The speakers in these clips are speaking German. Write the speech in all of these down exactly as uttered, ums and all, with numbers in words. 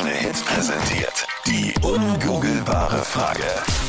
Krone Hits präsentiert. Die ungoogelbare Frage.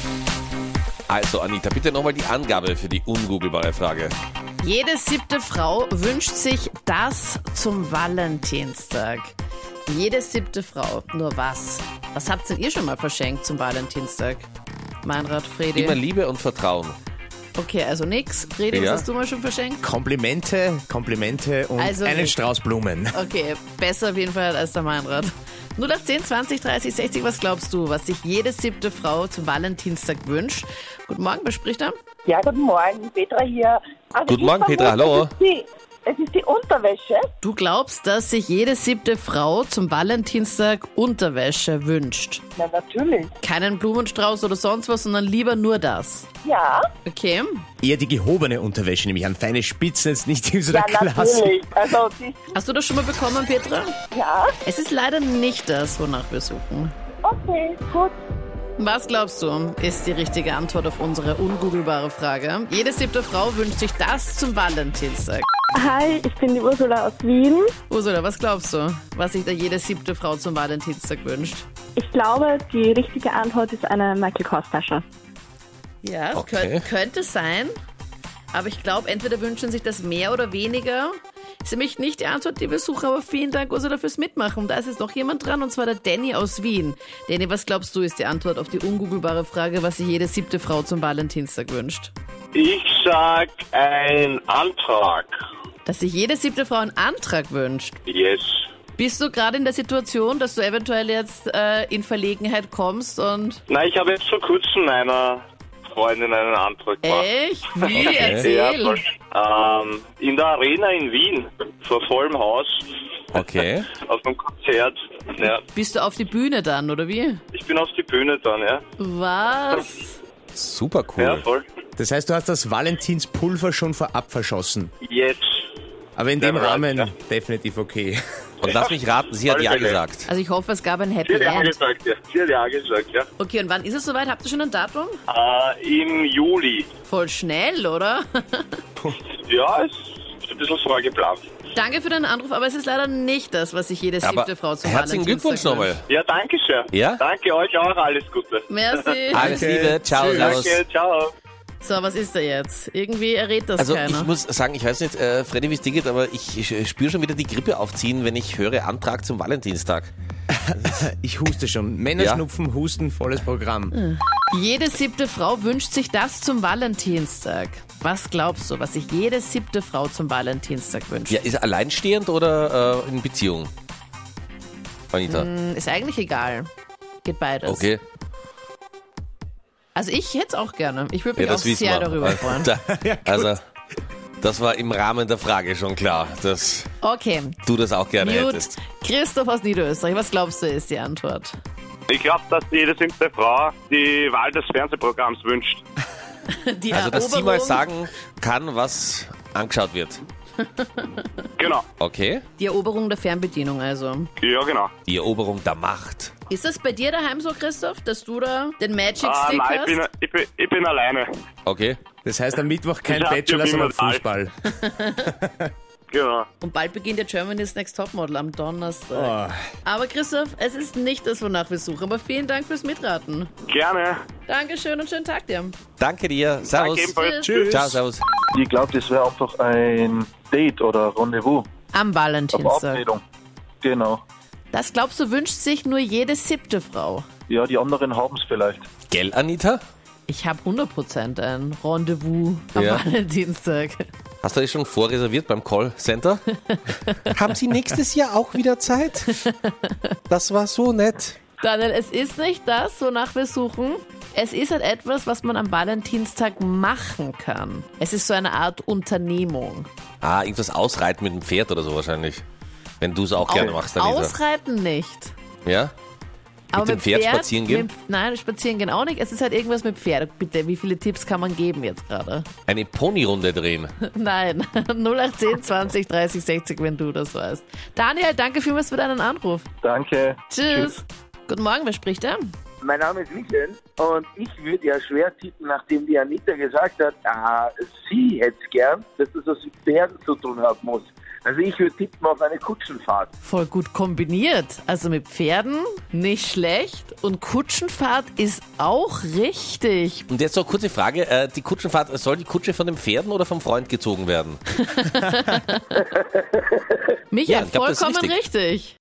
Also Anita, bitte nochmal die Angabe für die ungoogelbare Frage. Jede siebte Frau wünscht sich das zum Valentinstag. Jede siebte Frau. Nur was? Was habt denn ihr schon mal verschenkt zum Valentinstag? Meinrad, Fredi? Immer Liebe und Vertrauen. Okay, also nix. Fredi, Ja. was hast du mal schon verschenkt? Komplimente, Komplimente und Also einen nicht. Strauß Blumen. Okay, besser auf jeden Fall als der Meinrad. null acht zehn zwanzig dreißig sechzig, was glaubst du, was sich jede siebte Frau zum Valentinstag wünscht? Guten Morgen, wer spricht da? Ja, guten Morgen, Petra hier. Also Guten ich Morgen, vermute, Petra, hallo. Es ist, die, es ist die Unterwäsche. Du glaubst, dass sich jede siebte Frau zum Valentinstag Unterwäsche wünscht? Na, natürlich. Keinen Blumenstrauß oder sonst was, sondern lieber nur das. Ja, Okay. Eher die gehobene Unterwäsche, nämlich an feine Spitzen, jetzt nicht in so ja, der Klasse. natürlich. Also, die, Hast du das schon mal bekommen, Petra? ja, Es ist leider nicht das, wonach wir suchen. okay, gut. Was glaubst du, ist die richtige Antwort auf unsere ungoogelbare Frage? Jede siebte Frau wünscht sich das zum Valentinstag. Hi, ich bin die Ursula aus Wien. Ursula, was glaubst du, was sich da jede siebte Frau zum Valentinstag wünscht? Ich glaube, die richtige Antwort ist eine Michael Kors Tasche. Ja, es Okay. könnte, könnte sein. Aber ich glaube, entweder wünschen sich das mehr oder weniger. Ist nämlich nicht die Antwort, die wir suchen, aber vielen Dank, Ursula, fürs Mitmachen. Da ist jetzt noch jemand dran, und zwar der Danny aus Wien. Danny, was glaubst du, ist die Antwort auf die ungoogelbare Frage, was sich jede siebte Frau zum Valentinstag wünscht? Ich sag ein Antrag. Dass sich jede siebte Frau einen Antrag wünscht. Yes. Bist du gerade in der Situation, dass du eventuell jetzt äh, in Verlegenheit kommst und... Na, ich habe jetzt vor kurzem meiner Freundin einen Antrag gemacht. Echt? Wie? Ja, Erzähl. voll. ähm, in der Arena in Wien, vor vollem Haus, Okay. auf einem Konzert. Ja, Bist du auf die Bühne dann, oder wie? ich bin auf die Bühne dann, ja. Was? Super Ja, cool. voll. Das heißt, du hast das Valentinspulver schon vorab verschossen. Yes. Aber in dem Ja, Rahmen ja. definitiv okay. Und lass mich raten, sie hat Alle ja Fälle. gesagt. Also ich hoffe, es gab ein Sie Happy hat ja End. gesagt, ja. Sie hat ja gesagt, ja. Okay, und wann ist es soweit? Habt ihr schon ein Datum? Äh, im Juli. Voll schnell, oder? Ja, ist ein bisschen vorgeplant. Danke für deinen Anruf, aber es ist leider nicht das, was sich jede siebte Aber Frau zum herzlichen Glückwunsch Valentinstag nochmal. wünscht. Ja, danke schön. Ja? Danke euch auch, alles Gute. Merci. Alles Liebe, ciao, Tschüss. servus. Danke, ciao. So, was ist da jetzt? Irgendwie errät das Also keiner. ich muss sagen, ich weiß nicht, äh, Freddy, wie es dir geht, aber ich, ich spüre schon wieder die Grippe aufziehen, wenn ich höre Antrag zum Valentinstag. Ich huste schon. Männerschnupfen, Husten, volles Programm. Jede siebte Frau wünscht sich das zum Valentinstag. Was glaubst du, was sich jede siebte Frau zum Valentinstag wünscht? Ja, ist er alleinstehend oder äh, in Beziehung? Anita. Ist eigentlich egal. Geht beides. Okay. Also ich hätte es auch gerne. Ich würde Ja, mich auch das wissen sehr wir. darüber freuen. Da, also, das war im Rahmen der Frage schon klar, dass Okay, du das auch gerne gut. hättest. Christoph aus Niederösterreich, was glaubst du ist die Antwort? Ich glaube, dass jede siebte Frau die Wahl des Fernsehprogramms wünscht. Die Also, dass sie mal Eroberung- sagen kann, was angeschaut wird. Genau. Okay. Die Eroberung der Fernbedienung also. Ja, genau. Die Eroberung der Macht. Ist das bei dir daheim so, Christoph, dass du da den Magic Ah, Stick nein, ich hast? bin, ich, bin, ich bin alleine. Okay. Das heißt am Mittwoch kein Ich hab Bachelor, ja sondern immer Wahl. Fußball. Genau. Und bald beginnt der Germany's Next Topmodel am Donnerstag. Oh. Aber Christoph, es ist nicht das, wonach wir suchen. Aber vielen Dank fürs Mitraten. Gerne. Dankeschön und schönen Tag dir. Danke dir. Servus. Danke ebenfalls. Tschüss. Ciao, servus. Ich glaube, das wäre einfach ein Date oder Rendezvous Am auf Valentinstag. Verabredung. Genau. Das glaubst du, wünscht sich nur jede siebte Frau. Ja, die anderen haben es vielleicht. Gell, Anita? Ich habe hundert Prozent ein Rendezvous am Ja. Valentinstag. Hast du dich schon vorreserviert beim Callcenter? Haben Sie nächstes Jahr auch wieder Zeit? Das war so nett. Daniel, es ist nicht das, wonach wir suchen. Es ist halt etwas, was man am Valentinstag machen kann. Es ist so eine Art Unternehmung. Ah, irgendwas ausreiten mit dem Pferd oder so wahrscheinlich. Wenn du es auch gerne machst, Anita. Ausreiten nicht. Ja? Aber dem Pferd spazieren gehen? Mit, nein, spazieren gehen auch nicht. Es ist halt irgendwas mit Pferd. Bitte, wie viele Tipps kann man geben jetzt gerade? Eine Ponyrunde drehen. Nein, null acht zehn zwanzig dreißig sechzig, wenn du das weißt. Daniel, danke vielmals für deinen Anruf. Danke. Tschüss. Guten Morgen, wer spricht da? Mein Name ist Michael und ich würde ja schwer tippen, nachdem die Anita gesagt hat, ah, sie hätte es gern, dass das was mit Pferden zu tun haben muss. Also ich würde tippen auf eine Kutschenfahrt. Voll gut kombiniert. Also mit Pferden nicht schlecht und Kutschenfahrt ist auch richtig. Und jetzt noch eine kurze Frage, äh, die Kutschenfahrt, soll die Kutsche von den Pferden oder vom Freund gezogen werden? Michael, Ja, ich glaub, das ist vollkommen richtig. richtig.